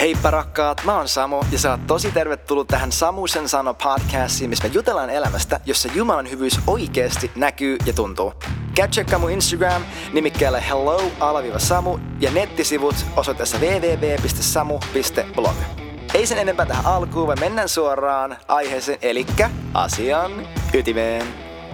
Heippa rakkaat, mä oon Samu ja sä oot tosi tervetullut tähän Samusen sano podcastiin, missä me jutellaan elämästä, jossa Jumalan hyvyys oikeasti näkyy ja tuntuu. Käy tsekkaa mun Instagram nimikkeellä hello_samu ja nettisivut osoitteessa www.samu.blog. Ei sen enempää tähän alkuun, vaan mennään suoraan aiheeseen, elikkä asian ytimeen.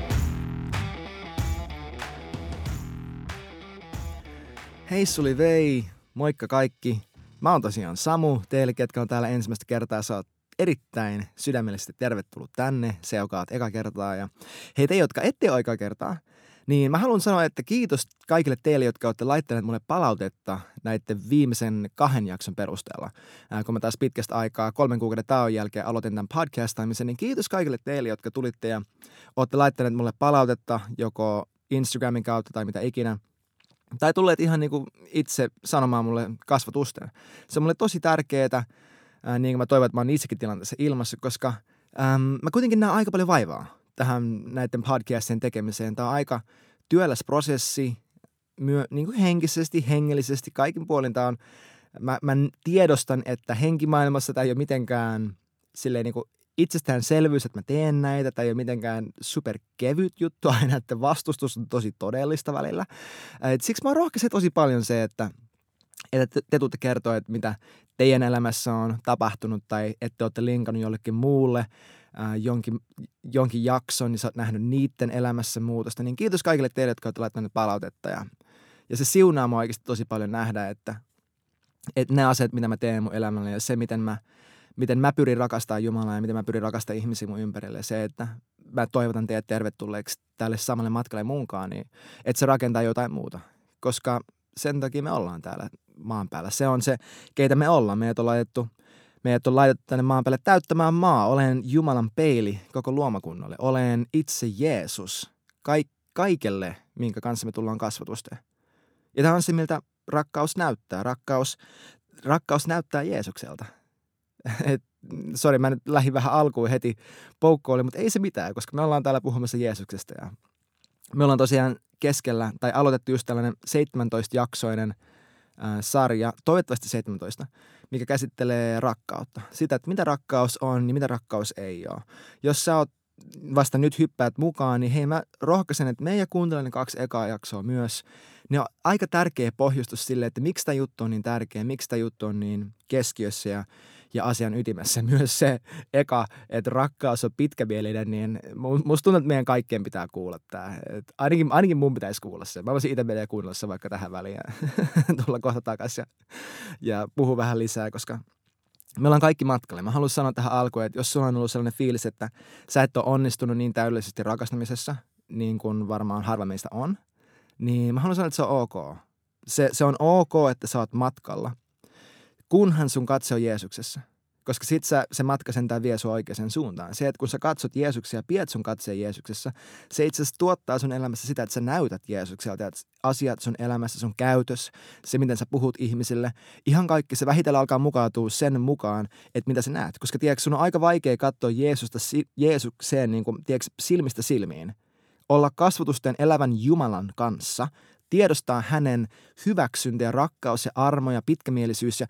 Hei suli vei, moikka kaikki. Mä oon tosiaan Samu, teille ketkä on täällä ensimmäistä kertaa, sä oot erittäin sydämellisesti tervetullut tänne, se joka oot eka kertaa. Ja hei te, jotka ette ole eka kertaa, niin mä haluan sanoa, että kiitos kaikille teille, jotka olette laittaneet mulle palautetta näiden viimeisen 2 jakson perusteella. Kun mä taas pitkästä aikaa 3 kuukauden tauon jälkeen aloitin tämän podcastaamisen, niin kiitos kaikille teille, jotka tulitte ja olette laittaneet mulle palautetta joko Instagramin kautta tai mitä ikinä. Tai tulleet ihan niin kuin itse sanomaan mulle kasvatusten. Se on mulle tosi tärkeää, niin kuin mä toivon, että mä oon itsekin tilanteessa ilmassa, koska mä kuitenkin näen aika paljon vaivaa tähän näiden podcastien tekemiseen. Tämä on aika työläs prosessi, niin kuin henkisesti, hengellisesti, kaikin puolin. Tämä on, mä tiedostan, että henkimaailmassa tämä ei ole mitenkään silleen niin kuin itsestäänselvyys, että mä teen näitä, tai ei ole mitenkään superkevyt juttu aina, että vastustus on tosi todellista välillä. Siksi mä rohkaisen tosi paljon se, että te tuutte kertoa, että mitä teidän elämässä on tapahtunut, tai että olette linkannut jollekin muulle jonkin jakson, niin sä oot nähnyt niiden elämässä muutosta. Niin kiitos kaikille teille, jotka olette laittaneet palautetta. Ja se siunaa mua oikeasti tosi paljon nähdä, että ne asiat, mitä mä teen mun elämällä, ja se, miten mä pyrin rakastamaan Jumalaa ja miten mä pyrin rakastamaan ihmisiä mun ympärille. Se, että mä toivotan teidät tervetulleeksi tälle samalle matkalle munkaan, niin että se rakentaa jotain muuta. Koska sen takia me ollaan täällä maan päällä. Se on se, keitä me ollaan. Meidät on laitettu tänne maan päälle täyttämään maa. Olen Jumalan peili koko luomakunnalle. Olen itse Jeesus kaikelle, minkä kanssa me tullaan kasvatusteen. Ja tämä on se, miltä rakkaus näyttää. Rakkaus näyttää Jeesukselta. Sori, mä nyt lähdin vähän alkuun heti poukkoille, mutta ei se mitään, koska me ollaan täällä puhumassa Jeesuksesta. Ja me ollaan tosiaan keskellä, tai aloitettu just tällainen 17-jaksoinen sarja, toivottavasti 17, mikä käsittelee rakkautta. Sitä, että mitä rakkaus on ja mitä rakkaus ei ole. Jos sä oot vasta nyt hyppäät mukaan, niin hei, mä rohkaisen, että me ja kuuntelen ne 2 ekaa jaksoa myös. Ne on aika tärkeä pohjustus sille, että miksi tämä juttu on niin tärkeä, miksi tämä juttu on niin keskiössä ja asian ytimessä. Myös se eka, että rakkaus on pitkämielinen, niin musta tuntuu, että meidän kaikkien pitää kuulla tämä. Ainakin mun pitäisi kuulla se. Mä voisin itse mennä kuunnella se vaikka tähän väliin ja tulla kohta takaisin ja puhua vähän lisää, koska me ollaan kaikki matkalle. Mä haluan sanoa tähän alkuun, että jos sulla on ollut sellainen fiilis, että sä et ole onnistunut niin täydellisesti rakastamisessa, niin kuin varmaan harva meistä on, niin mä haluan sanoa, että se on ok. Se on ok, että sä oot matkalla, kunhan sun katse on Jeesuksessa. Koska sit se matka sentään vie sua oikeaan suuntaan. Se, että kun sä katsot Jeesuksia ja pidät sun katseen Jeesuksessa, se itse asiassa tuottaa sun elämässä sitä, että sä näytät Jeesukselta. Että asiat sun elämässä, sun käytös, se miten sä puhut ihmisille, ihan kaikki se vähitellen alkaa mukautua sen mukaan, että mitä sä näet. Koska tiedätkö, sun on aika vaikea katsoa Jeesukseen niin kuin, tiedätkö, silmistä silmiin. Olla kasvatusten elävän Jumalan kanssa, tiedostaa hänen hyväksyntä ja rakkaus ja armo ja pitkämielisyys ja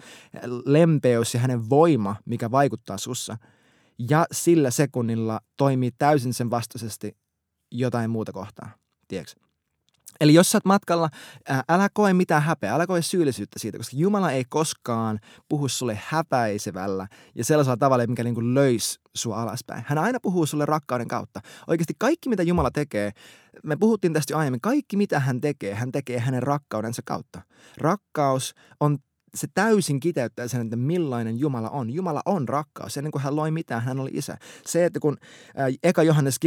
lempeys ja hänen voima, mikä vaikuttaa sussa. Ja sillä sekunnilla toimii täysin sen vastaisesti jotain muuta kohtaa, tiedätkö? Eli jos sä oot matkalla, älä koe mitään häpeää, älä koe syyllisyyttä siitä, koska Jumala ei koskaan puhu sulle häpäisevällä ja sellaisella tavalla, mikä niin kuin löisi sua alaspäin. Hän aina puhuu sulle rakkauden kautta. Oikeasti kaikki, mitä Jumala tekee, me puhuttiin tästä jo aiemmin, kaikki mitä hän tekee hänen rakkaudensa kautta. Rakkaus on se täysin kiteyttää sen, että millainen Jumala on. Jumala on rakkaus. Ennen kuin hän loi mitään, hän oli isä. Se, että kun Eka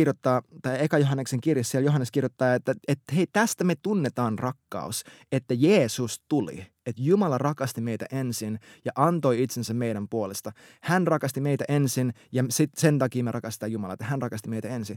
Johanneksen kirjassa siellä Johannes kirjoittaa, että hei, tästä me tunnetaan rakkaus, että Jeesus tuli. Että Jumala rakasti meitä ensin ja antoi itsensä meidän puolesta. Hän rakasti meitä ensin ja sen takia me rakastetaan Jumalaa, että hän rakasti meitä ensin.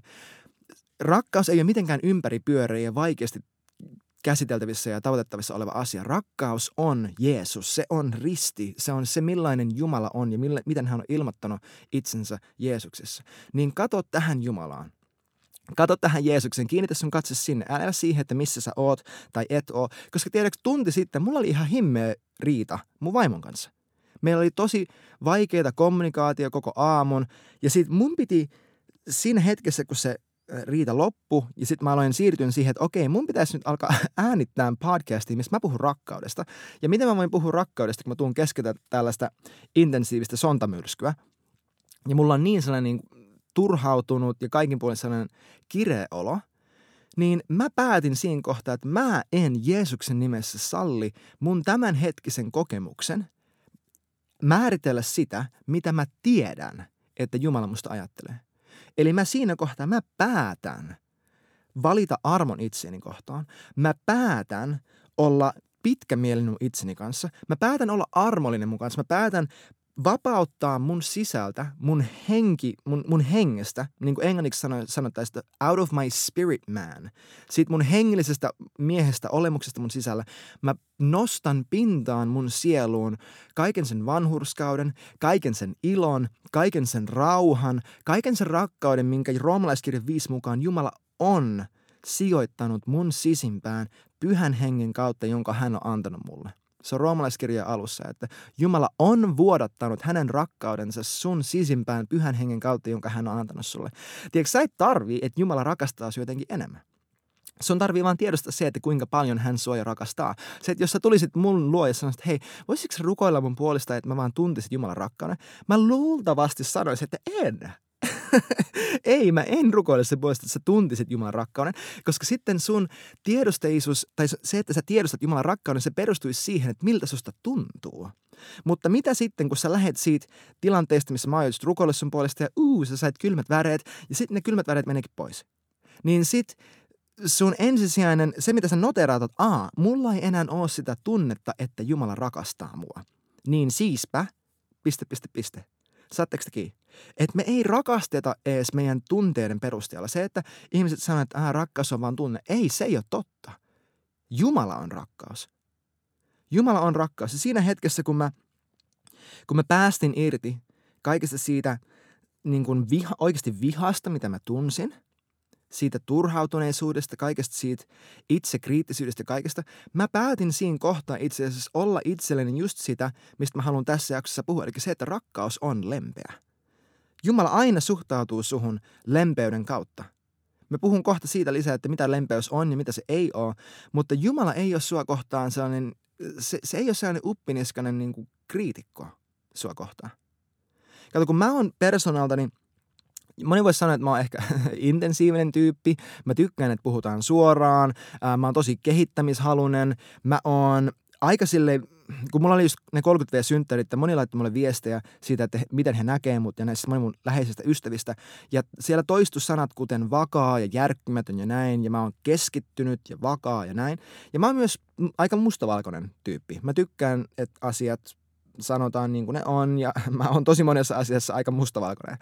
Rakkaus ei ole mitenkään ympäripyöreä ja vaikeasti käsiteltävissä ja tavoitettavissa oleva asia. Rakkaus on Jeesus, se on risti, se on se millainen Jumala on ja miten hän on ilmoittanut itsensä Jeesuksessa. Niin kato tähän Jumalaan. Kato tähän Jeesuksen, kiinnitä sun katse sinne. Älä siihen, että missä sä oot tai et oo. Koska tiedätkö, tunti sitten mulla oli ihan himmeä riita mun vaimon kanssa. Meillä oli tosi vaikeita kommunikaatio koko aamun ja sitten mun piti siinä hetkessä, kun se riita loppu ja sitten mä aloin siirtyä siihen, että okei, mun pitäisi nyt alkaa äänittää podcastia, missä mä puhun rakkaudesta. Ja miten mä voin puhua rakkaudesta, kun mä tuun keskeltä tällaista intensiivistä sontamyrskyä. Ja mulla on niin sellainen turhautunut ja kaikin puolin sellainen kireä olo, niin mä päätin siinä kohtaa, että mä en Jeesuksen nimessä salli mun tämänhetkisen kokemuksen määritellä sitä, mitä mä tiedän, että Jumala musta ajattelee. Eli mä siinä kohtaa mä päätän valita armon itseni kohtaan. Mä päätän olla pitkämielinen itseni kanssa. Mä päätän olla armollinen mun kanssa. Mä päätän vapauttaa mun sisältä, mun hengestä, niin kuin englanniksi sanottaisiin, out of my spirit man. Siitä mun hengellisestä miehestä, olemuksesta mun sisällä. Mä nostan pintaan mun sieluun kaiken sen vanhurskauden, kaiken sen ilon, kaiken sen rauhan, kaiken sen rakkauden, minkä Roomalaiskirjan 5 mukaan Jumala on sijoittanut mun sisimpään pyhän hengen kautta, jonka hän on antanut mulle. Se on Roomalaiskirjan alussa, että Jumala on vuodattanut hänen rakkaudensa sun sisimpään pyhän hengen kautta, jonka hän on antanut sulle. Tiedätkö, sä et tarvii, että Jumala rakastaa sinua jotenkin enemmän. Sun tarvii vaan tiedostaa se, että kuinka paljon hän sua rakastaa. Se, että jos sä tulisit mun luo ja sanoisit, että hei, voisitko rukoilla mun puolesta, että mä vaan tuntisit Jumalan rakkauden? Mä luultavasti sanoisin, että en. Ei, mä en rukoile sen puolesta, että sä tuntisit Jumalan rakkauden, koska sitten sun tiedosteisuus, tai se, että sä tiedostat Jumalan rakkauden, se perustuisi siihen, että miltä susta tuntuu. Mutta mitä sitten, kun sä lähet siitä tilanteesta, missä mä oon just rukoille sun puolesta ja sä sait kylmät väreet, ja sitten ne kylmät väreet meneekin pois. Niin sit sun ensisijainen, se mitä sä noteraat, että mulla ei enää ole sitä tunnetta, että Jumala rakastaa mua. Niin siispä, ... Saatteko te kiinni? Että me ei rakasteta edes meidän tunteiden perusteella. Se, että ihmiset sanoo, että rakkaus on vaan tunne. Ei, se ei ole totta. Jumala on rakkaus. Jumala on rakkaus. Ja siinä hetkessä, kun mä päästin irti kaikesta siitä niin kuin oikeasti vihasta, mitä mä tunsin, siitä turhautuneisuudesta, kaikesta siitä itsekriittisyydestä kaikesta, mä päätin siinä kohtaa itse asiassa olla itselleni just sitä, mistä mä haluan tässä jaksossa puhua, eli se, että rakkaus on lempeä. Jumala aina suhtautuu suhun lempeyden kautta. Mä puhun kohta siitä lisää, että mitä lempeys on ja mitä se ei ole, mutta Jumala ei ole sua kohtaan sellainen, se ei ole sellainen uppiniskainen niin kuin kriitikko sua kohtaan. Kato, kun mä oon persoonaltani, moni voisi sanoa, että mä oon ehkä intensiivinen tyyppi. Mä tykkään, että puhutaan suoraan. Mä oon tosi kehittämishalunen. Mä oon aika silleen, kun mulla oli just ne 30V-synttärit, että moni laittoi mulle viestejä siitä, että miten he näkee mut ja näistä moni mun läheisistä ystävistä. Ja siellä toistu sanat kuten vakaa ja järkkymätön ja näin. Ja mä oon keskittynyt ja vakaa ja näin. Ja mä oon myös aika mustavalkoinen tyyppi. Mä tykkään, että asiat sanotaan niin kuin ne on ja mä oon tosi monessa asiassa aika mustavalkoinen.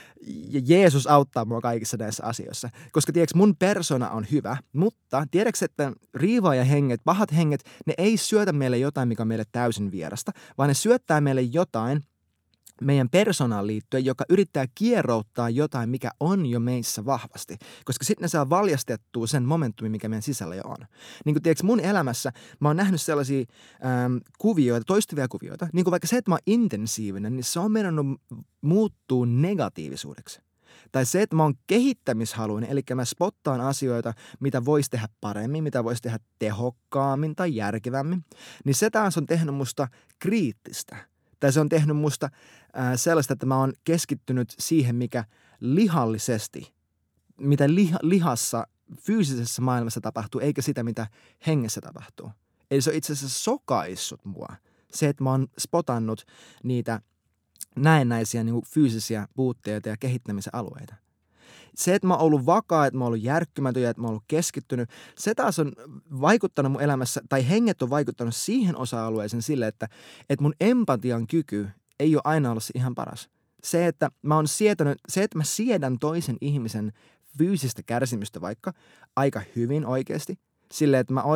Ja Jeesus auttaa mua kaikissa näissä asioissa. Koska tiedätkö, mun persona on hyvä, mutta tiedätkö, että riivaajahenget, pahat henget, ne ei syötä meille jotain, mikä on meille täysin vierasta, vaan ne syöttää meille jotain meidän persoonaan liittyen, joka yrittää kierouttaa jotain, mikä on jo meissä vahvasti. Koska sitten ne saa valjastettua sen momentumin, mikä meidän sisällä jo on. Niin kuin tiedätkö, mun elämässä mä oon nähnyt sellaisia kuvioita, toistuvia kuvioita, niin kuin vaikka se, että mä oon intensiivinen, niin se on mennyt muuttuu negatiivisuudeksi. Tai se, että mä oon kehittämishaluinen, eli mä spottaan asioita, mitä voisi tehdä paremmin, mitä voisi tehdä tehokkaammin tai järkevämmin, niin se taas on tehnyt musta kriittistä. Tai se on tehnyt musta sellaista, että mä oon keskittynyt siihen, mikä lihallisesti, mitä lihassa, fyysisessä maailmassa tapahtuu, eikä sitä, mitä hengessä tapahtuu. Eli se on itse asiassa sokaissut mua. Se, että mä oon spotannut niitä näennäisiä niin kuin fyysisiä puutteita ja kehittämisen alueita. Se, että mä oon ollut vakaa, että mä oon ollut järkkymätön ja että mä oon ollut keskittynyt, se taas on vaikuttanut mun elämässä, tai henget on vaikuttanut siihen osa-alueeseen sille, että mun empatian kyky ei ole aina ollut se ihan paras. Se, että mä oon sietänyt, se, että mä siedän toisen ihmisen fyysistä kärsimystä vaikka aika hyvin oikeasti, sille, että mä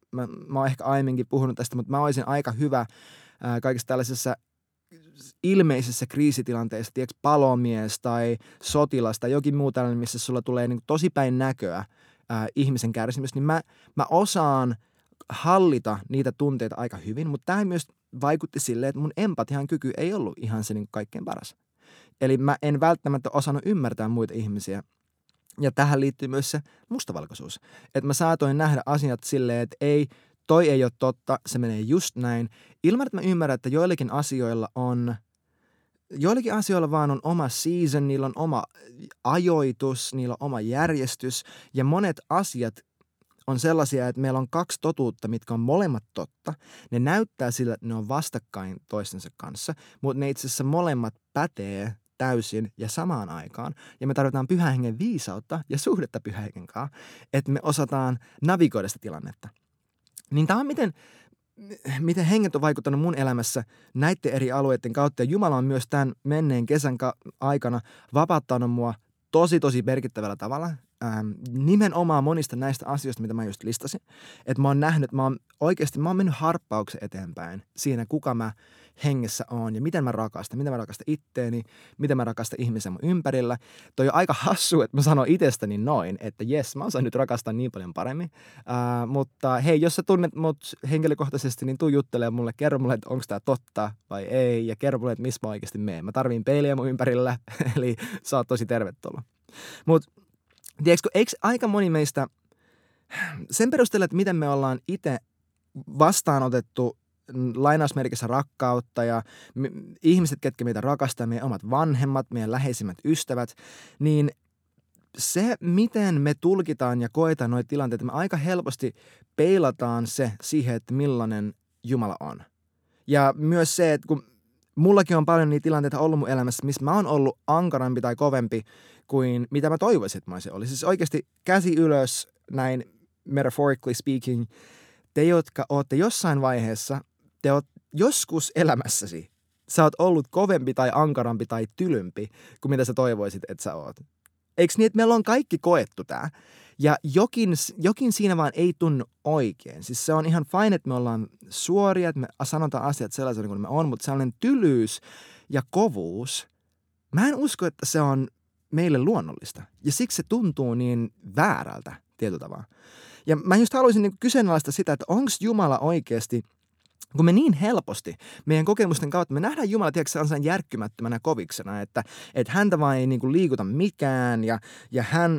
oon ehkä aiemminkin puhunut tästä, mutta mä oisin aika hyvä kaikissa tällaisessa ilmeisessä kriisitilanteessa, tiedätkö, palomies tai sotilas tai jokin muu tällainen, missä sulla tulee niin tosi päin näköä ihmisen kärsimys, niin mä osaan hallita niitä tunteita aika hyvin, mutta tämä myös vaikutti silleen, että mun empatian kyky ei ollut ihan se niin kaikkein paras. Eli mä en välttämättä osannut ymmärtää muita ihmisiä. Ja tähän liittyy myös se mustavalkoisuus. Että mä saatoin nähdä asiat silleen, että toi ei ole totta, se menee just näin. Ilman, että mä ymmärrän, että joillakin asioilla vaan on oma season, niillä on oma ajoitus, niillä on oma järjestys. Ja monet asiat on sellaisia, että meillä on kaksi totuutta, mitkä on molemmat totta. Ne näyttää sillä, että ne on vastakkain toistensa kanssa, mutta ne itse asiassa molemmat pätee täysin ja samaan aikaan. Ja me tarvitaan Pyhän Hengen viisautta ja suhdetta Pyhän Hengen kanssa, että me osataan navigoida sitä tilannetta. Niin tämä on miten henget on vaikuttanut mun elämässä näiden eri alueiden kautta. Ja Jumala on myös tämän menneen kesän aikana vapauttanut mua tosi merkittävällä tavalla. Nimenomaan monista näistä asioista, mitä mä just listasin. Että mä oon nähnyt, mä oon mennyt harppauksen eteenpäin siinä, kuka mä hengessä on ja miten mä rakastan itteeni, miten mä rakastan ihmisiä mun ympärillä. Toi on aika hassu, että mä sanon itsestäni noin, että jes, mä osaan nyt rakastaa niin paljon paremmin. Mutta hei, jos sä tunnet mut henkilökohtaisesti, niin tuu juttelemaan mulle, kerro mulle, että onko tää totta vai ei, ja kerro mulle, että missä mä oikeasti menen. Mä tarviin peiliä mun ympärillä, eli sä oot tosi tervetuloa. Mut tiedätkö, eikö aika moni meistä sen perusteella, että miten me ollaan itse vastaanotettu lainausmerkissä rakkautta ja ihmiset, ketkä meitä rakastaa, meidän omat vanhemmat, meidän läheisimmät ystävät, niin se, miten me tulkitaan ja koetaan noita tilanteita, me aika helposti peilataan se siihen, että millainen Jumala on. Ja myös se, että kun mullakin on paljon niitä tilanteita ollut mun elämässä, missä mä oon ollut ankarampi tai kovempi kuin mitä mä toivoisin, että mä olisin. Siis oikeasti käsi ylös, näin metaphorically speaking, te, jotka ootte jossain vaiheessa, te oot joskus elämässäsi, sä oot ollut kovempi tai ankarampi tai tylympi kuin mitä sä toivoisit, että sä oot. Eikö niin, että meillä on kaikki koettu tää? Ja jokin siinä vaan ei tunnu oikein. Siis se on ihan fine, että me ollaan suoria, että me sanotaan asiat sellaisena kuin me on, mutta sellainen tylyys ja kovuus, mä en usko, että se on meille luonnollista. Ja siksi se tuntuu niin väärältä tietyllä tavalla. Ja mä just haluaisin kyseenalaista sitä, että onko Jumala oikeasti, kun me niin helposti meidän kokemusten kautta, me nähdään Jumala, tiedätkö, ansaan järkkymättömänä koviksena, että häntä vaan ei liikuta mikään ja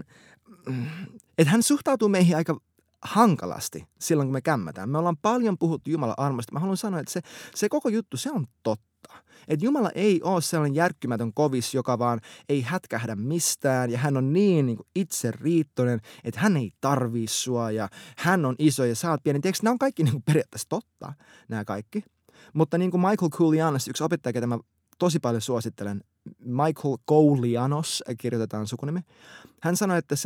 hän suhtautuu meihin aika hankalasti silloin, kun me kämmätään. Me ollaan paljon puhuttu Jumalan armosta. Mä haluan sanoa, että se koko juttu, se on totta. Että Jumala ei ole sellainen järkkymätön kovis, joka vaan ei hätkähdä mistään ja hän on niin itseriittoinen, että hän ei tarvii sua ja hän on iso ja sä oot pieni. Tiedätkö, nämä on kaikki periaatteessa totta, nämä kaikki. Mutta niin kuin Michael Koulianos, yksi opettaja, ketä mä tosi paljon suosittelen, Michael Koulianos, kirjoitetaan sukunimi, hän sanoi, että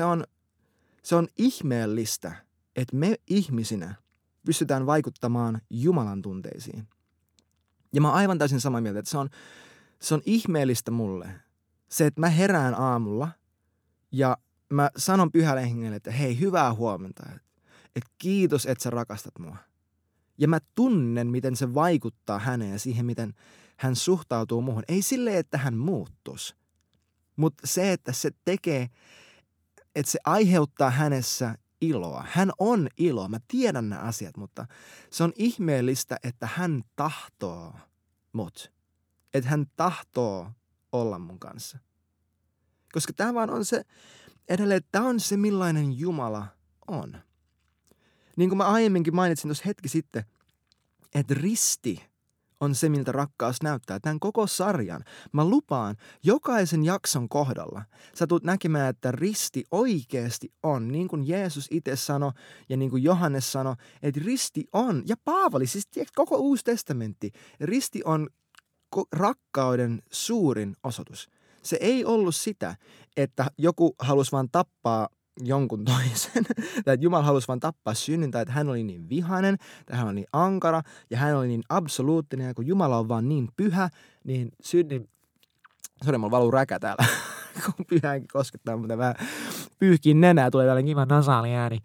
se on ihmeellistä, että me ihmisinä pystytään vaikuttamaan Jumalan tunteisiin. Ja mä oon aivan täysin samaa mieltä, että se on ihmeellistä mulle. Se, että mä herään aamulla ja mä sanon Pyhälle Hengelle, että hei, hyvää huomenta. Että kiitos, että sä rakastat mua. Ja mä tunnen, miten se vaikuttaa häneen ja siihen, miten hän suhtautuu muuhun. Ei silleen, että hän muuttuisi, mutta se, että se tekee, että se aiheuttaa hänessä iloa. Hän on ilo. Mä tiedän nämä asiat, mutta se on ihmeellistä, että hän tahtoo mut. Että hän tahtoo olla mun kanssa. Koska tämä vaan on se, edelleen, tämä on se, millainen Jumala on. Niin kuin mä aiemminkin mainitsin tuossa hetki sitten, että risti on se, miltä rakkaus näyttää. Tämän koko sarjan. Mä lupaan, jokaisen jakson kohdalla sä tulet näkemään, että risti oikeasti on, niin kuin Jeesus itse sanoi ja niin kuin Johannes sanoi, että risti on, ja Paavali, siis koko Uusi testamentti, risti on rakkauden suurin osoitus. Se ei ollut sitä, että joku halusi vaan tappaa jonkun toisen, tai että Jumala halusi vaan tappaa synnin, tai että hän oli niin vihainen, tai hän oli niin ankara, ja hän oli niin absoluuttinen, ja kun Jumala on vaan niin pyhä, niin synnin, sori, mulla valuu räkä täällä, kun pyhänkin koskettaa, mutta vähän pyyhkiin nenää, tulee tällainen kiva nasaali ääni.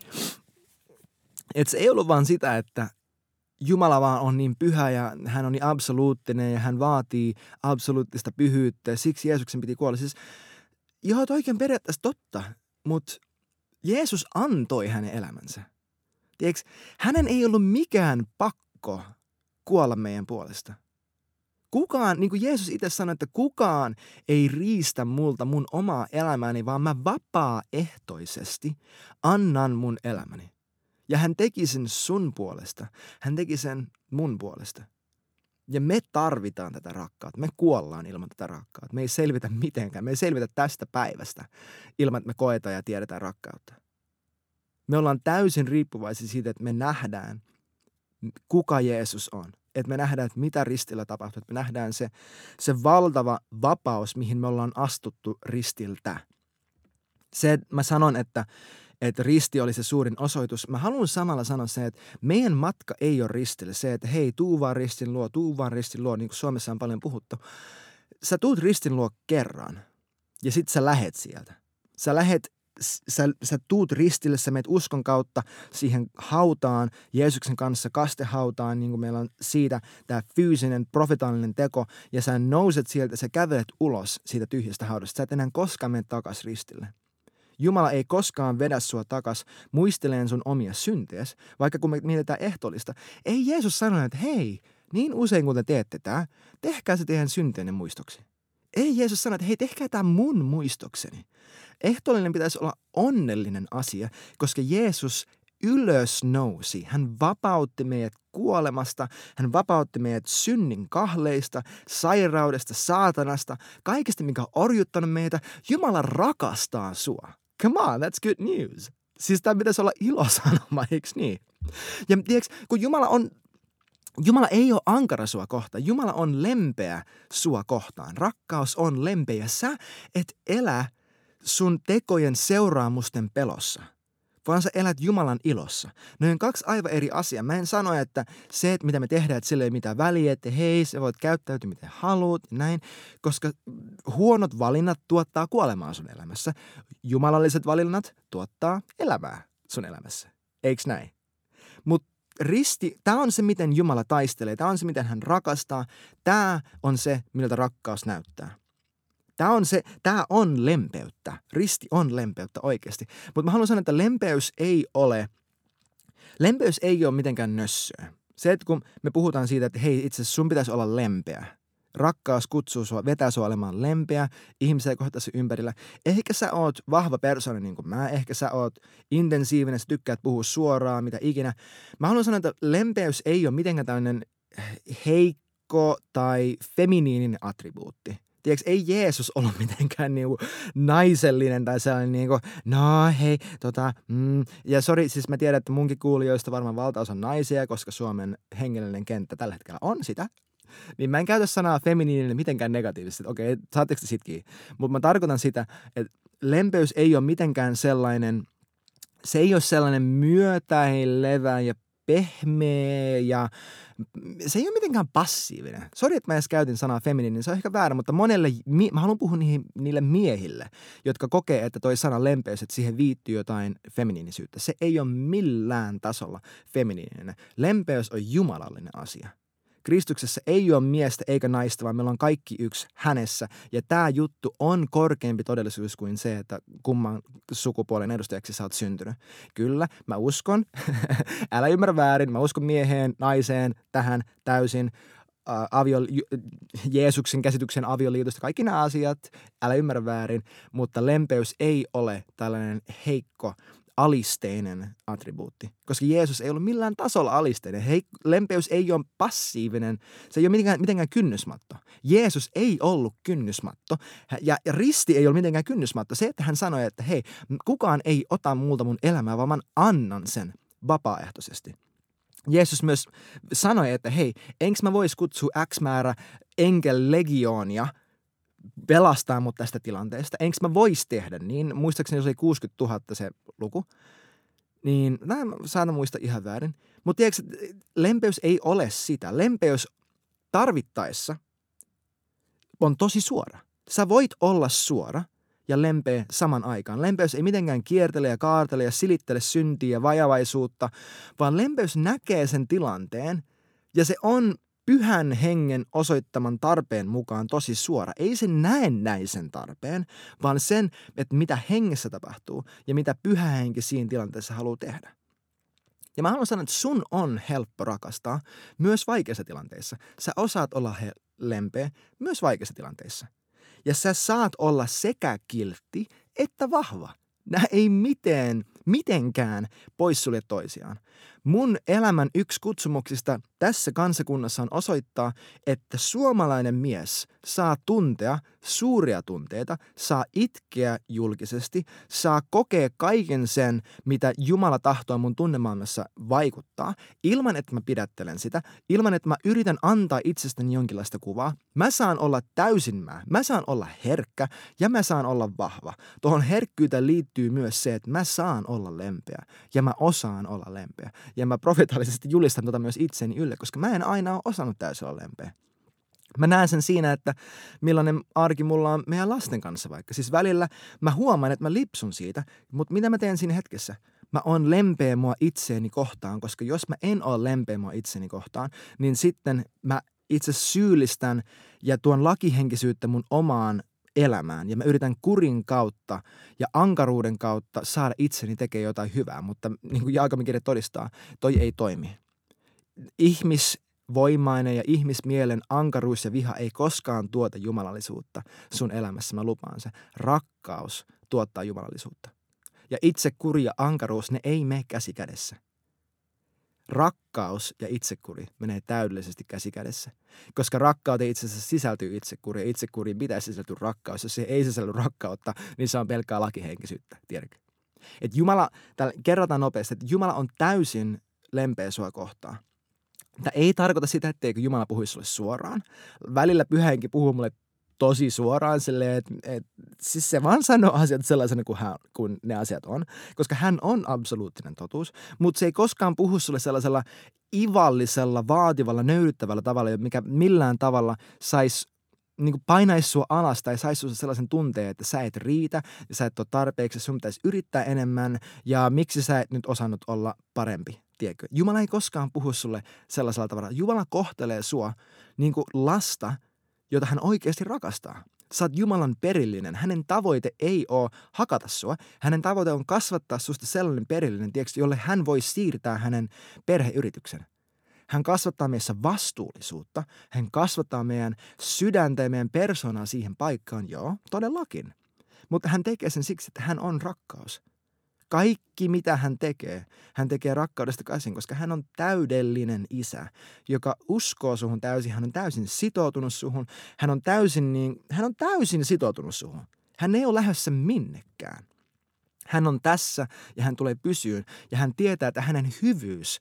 Että se ei ollut vaan sitä, että Jumala vaan on niin pyhä ja hän on niin absoluuttinen ja hän vaatii absoluuttista pyhyyttä ja siksi Jeesuksen piti kuolla. Siis, joo, oikein periaatteessa totta, mutta Jeesus antoi hänen elämänsä. Tiedätkö, hänen ei ollut mikään pakko kuolla meidän puolesta. Kukaan, niin kuin Jeesus itse sanoi, että kukaan ei riistä multa mun omaa elämääni, vaan mä vapaaehtoisesti annan mun elämäni. Ja hän teki sen sun puolesta. Hän teki sen mun puolesta. Ja me tarvitaan tätä rakkautta. Me kuollaan ilman tätä rakkautta. Me ei selvitä mitenkään. Me ei selvitä tästä päivästä ilman, että me koetaan ja tiedetään rakkautta. Me ollaan täysin riippuvaisia siitä, että me nähdään, kuka Jeesus on. Että me nähdään, että mitä ristillä tapahtuu. Että me nähdään se valtava vapaus, mihin me ollaan astuttu ristiltä. Mä sanon, että risti oli se suurin osoitus. Mä haluan samalla sanoa se, että meidän matka ei ole ristille. Se, että hei, tuu vaan ristin luo, niin kuin Suomessa on paljon puhuttu. Sä tuut ristin luo kerran ja sit sä lähet sieltä. Sä tuut ristille, sä meet uskon kautta siihen hautaan, Jeesuksen kanssa kastehautaan, niin kuin meillä on siitä tämä fyysinen, profetaalinen teko, ja sä nouset sieltä, sä kävelet ulos siitä tyhjästä haudasta. Sä et enää koskaan mene takaisin ristille. Jumala ei koskaan vedä sua takas muisteleen sun omia syntees, vaikka kun me mietitään ehtoollista. Ei Jeesus sanonut, että hei, niin usein kun te teette tämä, tehkää se teidän synteenne muistoksi. Ei Jeesus sano, että hei, tehkää tämä mun muistokseni. Ehtoollinen pitäisi olla onnellinen asia, koska Jeesus ylös nousi. Hän vapautti meidät kuolemasta, hän vapautti meidät synnin kahleista, sairaudesta, saatanasta, kaikesta, mikä on orjuttanut meitä. Jumala rakastaa sua. Come on, that's good news. Siis tämä pitäisi olla ilosanoma, eikö niin? Ja tiedätkö, kun Jumala ei ole ankara sua kohtaan. Jumala on lempeä sua kohtaan. Rakkaus on lempeä. Sä et elä sun tekojen seuraamusten pelossa, vaan sä elät Jumalan ilossa. Ne on kaksi aivan eri asiaa. Mä en sano, että se, että mitä me tehdään, että sillä ei ole mitään väliä, että hei, sä voit käyttäytyä miten haluat, näin, koska huonot valinnat tuottaa kuolemaa sun elämässä. Jumalalliset valinnat tuottaa elämää sun elämässä. Eiks näin? Mutta risti, tämä on se, miten Jumala taistelee, tämä on se, miten hän rakastaa, tämä on se, miltä rakkaus näyttää. Tämä on lempeyttä. Risti on lempeyttä oikeasti. Mutta mä haluan sanoa, että lempeys ei ole mitenkään nössöä. Se, että kun me puhutaan siitä, että hei, itse asiassa sun pitäisi olla lempeä. Rakkaus kutsuu sua, vetää sua olemaan lempeä, ihmisiä kohtaa sun ympärillä. Ehkä sä oot vahva persoona niin kuin mä, ehkä sä oot intensiivinen, sä tykkäät puhua suoraan, mitä ikinä. Mä haluan sanoa, että lempeys ei ole mitenkään tämmöinen heikko tai feminiininen attribuutti. Tiedätkö, ei Jeesus ollut mitenkään niinku naisellinen tai sellainen niinku, no hei, ja sori, siis mä tiedän, että munkin kuulijoista varmaan valtaosa on naisia, koska Suomen hengellinen kenttä tällä hetkellä on sitä. Niin mä en käytä sanaa feminiininen mitenkään negatiivisesti, okei, saatteko te sitkin? Mutta mä tarkoitan sitä, että lempeys ei ole mitenkään sellainen, se ei ole sellainen myötäilevä ja pehmeä ja se ei ole mitenkään passiivinen. Sori, että mä edes käytin sanaa feminiininen, se on ehkä väärä, mutta monelle, mä haluan puhua niille miehille, jotka kokee, että toi sana lempeys, että siihen viittyy jotain feminiinisyyttä. Se ei ole millään tasolla feminiininen. Lempeys on jumalallinen asia. Kristuksessa ei ole miestä eikä naista, vaan meillä on kaikki yksi hänessä. Ja tämä juttu on korkeampi todellisuus kuin se, että kumman sukupuolen edustajaksi sä oot syntynyt. Kyllä, mä uskon, älä ymmärrä väärin, mä uskon mieheen, naiseen, tähän täysin. Jeesuksen käsityksen avioliitosta, kaikki nämä asiat, älä ymmärrä väärin, mutta lempeys ei ole tällainen heikko, alisteinen attribuutti, koska Jeesus ei ollut millään tasolla alisteinen. Lempeys ei ole passiivinen, se ei ole mitenkään kynnysmatto. Jeesus ei ollut kynnysmatto ja risti ei ole mitenkään kynnysmatto. Se, että hän sanoi, että hei, kukaan ei ota multa mun elämää, vaan mä annan sen vapaaehtoisesti. Jeesus myös sanoi, että hei, enkö mä vois kutsua X määrä enkellegioonia pelastaa mut tästä tilanteesta. Enkö mä vois tehdä niin? Muistaakseni se oli 60 000 se luku. Niin, saatan muista ihan väärin. Mutta tiedätkö, lempeys ei ole sitä. Lempeys tarvittaessa on tosi suora. Sä voit olla suora ja lempeä saman aikaan. Lempeys ei mitenkään kiertele ja kaartele ja silittele syntiä ja vajavaisuutta, vaan lempeys näkee sen tilanteen ja se on Pyhän Hengen osoittaman tarpeen mukaan tosi suora. Ei se näe sen tarpeen, vaan sen, että mitä hengessä tapahtuu ja mitä Pyhä Henki siinä tilanteessa haluaa tehdä. Ja mä haluan sanoa, että sun on helppo rakastaa myös vaikeissa tilanteissa. Sä osaat olla lempeä myös vaikeissa tilanteissa. Ja sä saat olla sekä kiltti että vahva. Nämä ei mitenkään poissulje toisiaan. Mun elämän yksi kutsumuksista tässä kansakunnassa on osoittaa, että suomalainen mies saa tuntea suuria tunteita, saa itkeä julkisesti, saa kokea kaiken sen, mitä Jumala tahtoo mun tunnemaailmassa vaikuttaa, ilman että mä pidättelen sitä, ilman että mä yritän antaa itsestäni jonkinlaista kuvaa. Mä saan olla täysin mä saan olla herkkä ja mä saan olla vahva. Tuohon herkkyyteen liittyy myös se, että mä saan olla lempeä ja mä osaan olla lempeä. Ja mä profetaalisesti julistan tota myös itseni ylle, koska mä en aina ole osannut täysin olla lempeä. Mä näen sen siinä, että millainen arki mulla on meidän lasten kanssa vaikka. Siis välillä mä huomaan, että mä lipsun siitä, mutta mitä mä teen siinä hetkessä? Mä oon lempeä mua itseeni kohtaan, koska jos mä en ole lempeä mua itseeni kohtaan, niin sitten mä itse syyllistän ja tuon lakihenkisyyttä mun omaan elämään. Ja mä yritän kurin kautta ja ankaruuden kautta saada itseni tekemään jotain hyvää, mutta niin kuin Jaakobin kirja todistaa, toi ei toimi. Ihmisvoimainen ja ihmismielen ankaruus ja viha ei koskaan tuota jumalallisuutta sun elämässä, mä lupaan se. Rakkaus tuottaa jumalallisuutta. Ja itsekuri ja ankaruus, ne ei mene käsi kädessä. Rakkaus ja itsekuri menee täydellisesti käsi kädessä. Koska rakkauteen itse asiassa sisältyy itsekuri ja itsekuriin pitäisi sisältyä rakkaus. Jos se ei sisälly rakkautta, niin se on pelkkää lakihenkisyyttä, tiedätkö? Että Jumala, täällä kerrotaan nopeasti, että Jumala on täysin lempeä sua kohtaan. Tämä ei tarkoita sitä, etteikö Jumala puhuisi sulle suoraan. Välillä Pyhä Henki puhuu mulle tosi suoraan silleen, että siis se vaan sanoo asiat sellaisena kuin ne asiat on, koska hän on absoluuttinen totuus, mutta se ei koskaan puhu sulle sellaisella ivallisella, vaativalla, nöyryttävällä tavalla, mikä millään tavalla saisi niin painaisi sua alas tai saisi sulle sellaisen tunteen, että sä et riitä ja sä et ole tarpeeksi, sun pitäisi yrittää enemmän ja miksi sä et nyt osannut olla parempi, tiedätkö? Jumala ei koskaan puhu sulle sellaisella tavalla. Jumala kohtelee sua niin kuin lasta, jota hän oikeasti rakastaa. Sä oot Jumalan perillinen. Hänen tavoite ei ole hakata sua. Hänen tavoite on kasvattaa susta sellainen perillinen, tiedätkö, jolle hän voi siirtää hänen perheyrityksen. Hän kasvattaa meissä vastuullisuutta. Hän kasvattaa meidän sydäntä ja meidän persoonaa siihen paikkaan. Joo, todellakin. Mutta hän tekee sen siksi, että hän on rakkaus. Kaikki, mitä hän tekee rakkaudesta käsin, koska hän on täydellinen isä, joka uskoo suhun täysin. Hän on täysin sitoutunut suhun. Hän on täysin sitoutunut suhun. Hän ei ole lähdössä minnekään. Hän on tässä ja hän tulee pysyyn ja hän tietää, että hänen hyvyys,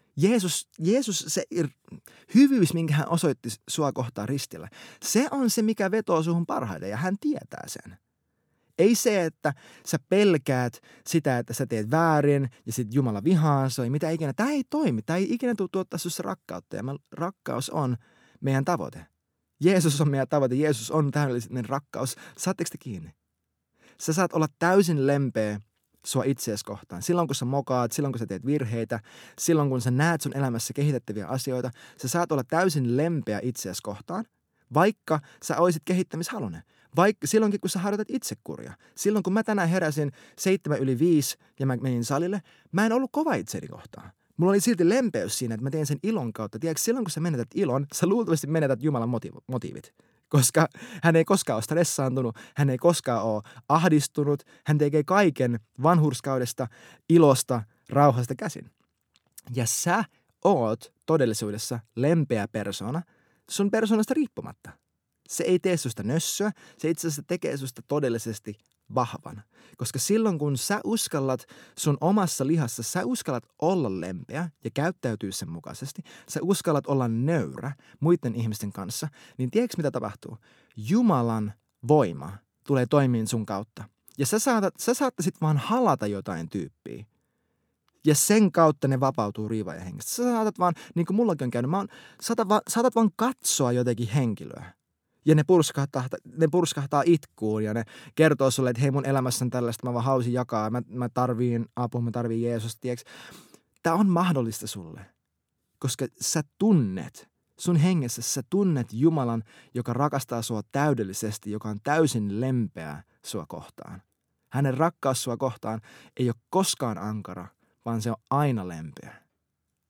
Jeesus, se hyvyys, minkä hän osoitti sua kohtaan ristillä, se on se, mikä vetoo suhun parhaiten ja hän tietää sen. Ei se, että sä pelkäät sitä, että sä teet väärin ja sit Jumala vihaa sua, mitä ikinä. Tämä ei toimi. Tämä ei ikinä tule tuottaa sussa rakkautta ja rakkaus on meidän tavoite. Jeesus on meidän tavoite. Jeesus on täydellinen rakkaus. Saatteko te kiinni? Sä saat olla täysin lempeä sua itseäsi kohtaan. Silloin kun sä mokaat, silloin kun sä teet virheitä, silloin kun sä näet sun elämässä kehitettäviä asioita, sä saat olla täysin lempeä itseäsi kohtaan, vaikka sä olisit kehittämishalunen. Vaikka silloinkin, kun sä harjoitat itsekuria. Silloin, kun mä tänään heräsin 7:05 ja mä menin salille, mä en ollut kova itseäni kohtaan. Mulla oli silti lempeys siinä, että mä teen sen ilon kautta. Tiedätkö, silloin kun sä menetät ilon, sä luultavasti menetät Jumalan motiivit. Koska hän ei koskaan ole stressaantunut, hän ei koskaan ole ahdistunut, hän tekee kaiken vanhurskaudesta, ilosta, rauhasta käsin. Ja sä oot todellisuudessa lempeä persoona sun persoonasta riippumatta. Se ei tee susta nössöä, se itse asiassa tekee susta todellisesti vahvan. Koska silloin kun sä uskallat sun omassa lihassa, sä uskallat olla lempeä ja käyttäytyä sen mukaisesti, sä uskallat olla nöyrä muiden ihmisten kanssa, niin tiedätkö mitä tapahtuu? Jumalan voima tulee toimiin sun kautta. Ja sä saattaisit vaan halata jotain tyyppiä. Ja sen kautta ne vapautuu riivaajahengestä. Sä saatat vaan, niin kuin mullakin on käynyt, saatat vaan katsoa jotenkin henkilöä. Ja ne purskahtaa itkuun ja ne kertoo sulle, että hei mun elämässä on tällaista, mä vaan haluaisin jakaa, mä tarviin apua, mä tarviin Jeesusta, tiiäks. Tää on mahdollista sulle, koska sä tunnet, sun hengessä sä tunnet Jumalan, joka rakastaa sua täydellisesti, joka on täysin lempeä sua kohtaan. Hänen rakkaus sua kohtaan ei ole koskaan ankara, vaan se on aina lempeä.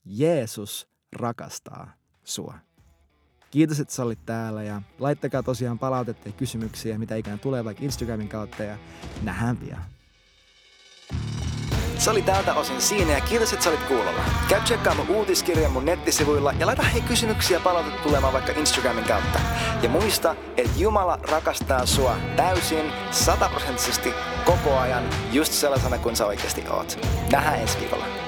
Jeesus rakastaa sua. Kiitos, että sä olit täällä ja laittakaa tosiaan palautetta ja kysymyksiä, mitä ikinä tulee vaikka Instagramin kautta ja nähdään pian. Se oli tältä osin siinä ja kiitos, että sä olit kuulolla. Käy tsekkaa mun uutiskirjan mun nettisivuilla ja laita kysymyksiä ja palautetta tulemaan vaikka Instagramin kautta. Ja muista, että Jumala rakastaa sua täysin, 100% koko ajan, just sellaisena kuin sä oikeasti oot. Nähdään ensi viikolla.